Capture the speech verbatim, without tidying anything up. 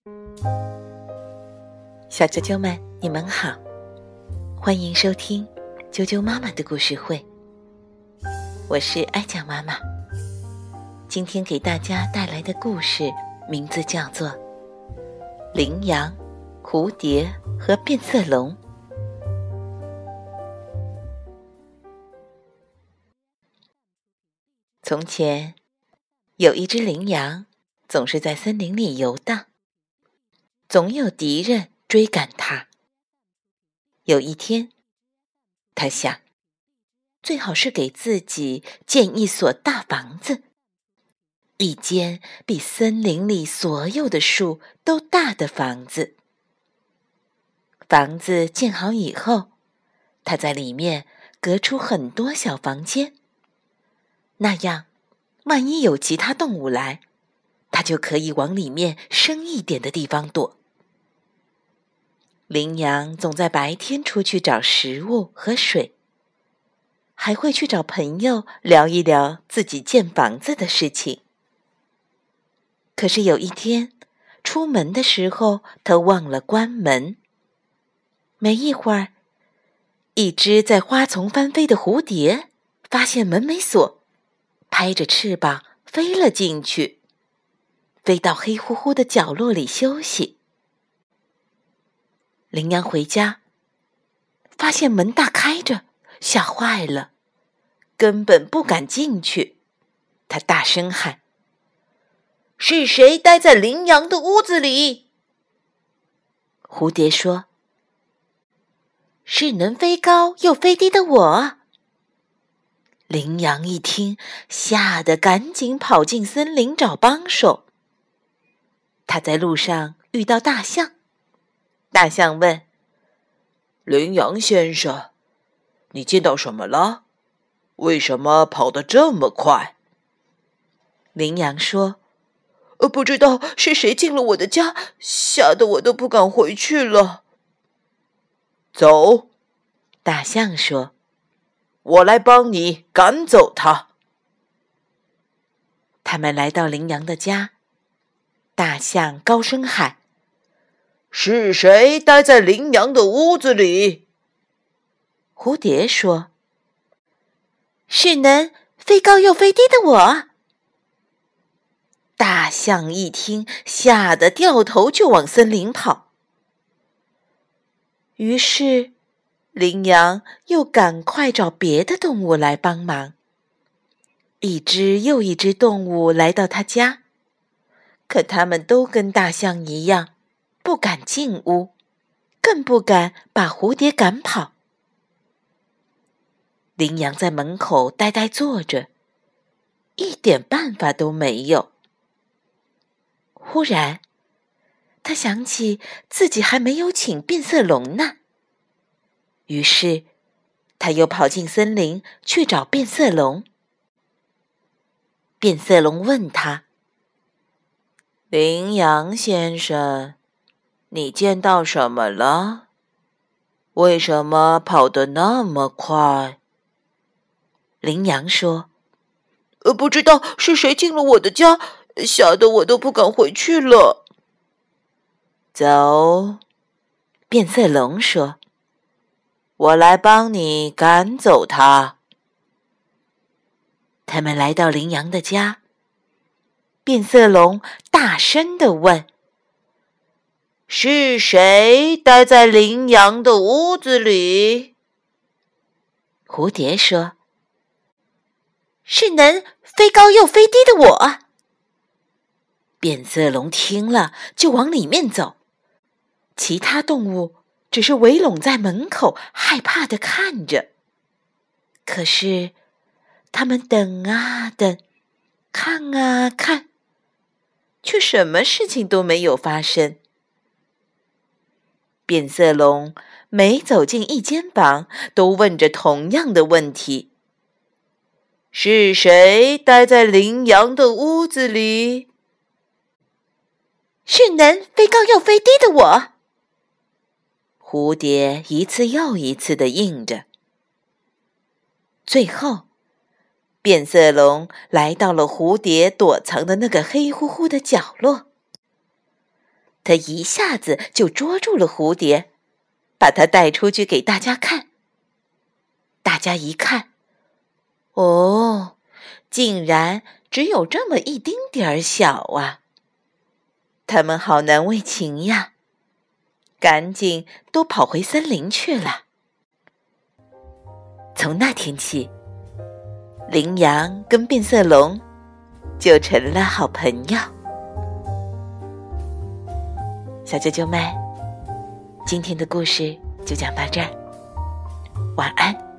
小啾啾们，你们好，欢迎收听啾啾妈妈的故事会。我是爱讲妈妈，今天给大家带来的故事名字叫做《羚羊、蝴蝶和变色龙》。从前，有一只羚羊，总是在森林里游荡，总有敌人追赶它。有一天，他想，最好是给自己建一所大房子，一间比森林里所有的树都大的房子。房子建好以后，他在里面隔出很多小房间，那样，万一有其他动物来，他就可以往里面深一点的地方躲。羚羊总在白天出去找食物和水，还会去找朋友聊一聊自己建房子的事情。可是有一天，出门的时候，他忘了关门。没一会儿，一只在花丛翻飞的蝴蝶发现门没锁，拍着翅膀飞了进去，飞到黑乎乎的角落里休息。羚羊回家，发现门大开着，吓坏了，根本不敢进去。他大声喊：“是谁待在羚羊的屋子里？”蝴蝶说：“是能飞高又飞低的我。”羚羊一听，吓得赶紧跑进森林找帮手。他在路上遇到大象，大象问：“羚羊先生，你见到什么了？为什么跑得这么快？”羚羊说：“呃，不知道是谁进了我的家，吓得我都不敢回去了。”走，大象说：“我来帮你赶走他。”他们来到羚羊的家，大象高声喊：“是谁待在羚羊的屋子里？”蝴蝶说：“是能飞高又飞低的我。”大象一听，吓得掉头就往森林跑。于是，羚羊又赶快找别的动物来帮忙。一只又一只动物来到他家，可它们都跟大象一样，不敢进屋，更不敢把蝴蝶赶跑。羚羊在门口呆呆坐着，一点办法都没有。忽然，他想起自己还没有请变色龙呢。于是，他又跑进森林去找变色龙。变色龙问他：“羚羊先生，你见到什么了？为什么跑得那么快？”羚羊说：“呃，不知道是谁进了我的家，吓得我都不敢回去了。”走，变色龙说：“我来帮你赶走他。”他们来到羚羊的家，变色龙大声地问：“是谁待在羚羊的屋子里？”蝴蝶说：“是能飞高又飞低的我。”变色龙听了，就往里面走。其他动物只是围拢在门口，害怕地看着。可是，他们等啊等，看啊看，却什么事情都没有发生。变色龙每走进一间房，都问着同样的问题：“是谁待在羚羊的屋子里？”“是能飞高又飞低的我。”蝴蝶一次又一次地应着。最后，变色龙来到了蝴蝶躲藏的那个黑乎乎的角落。 他一下子就捉住了蝴蝶，把它带出去给大家看。大家一看，哦，竟然只有这么一丁点儿小啊！他们好难为情呀，赶紧都跑回森林去了。从那天起，羚羊跟变色龙就成了好朋友。小啾啾们，今天的故事就讲到这儿，晚安。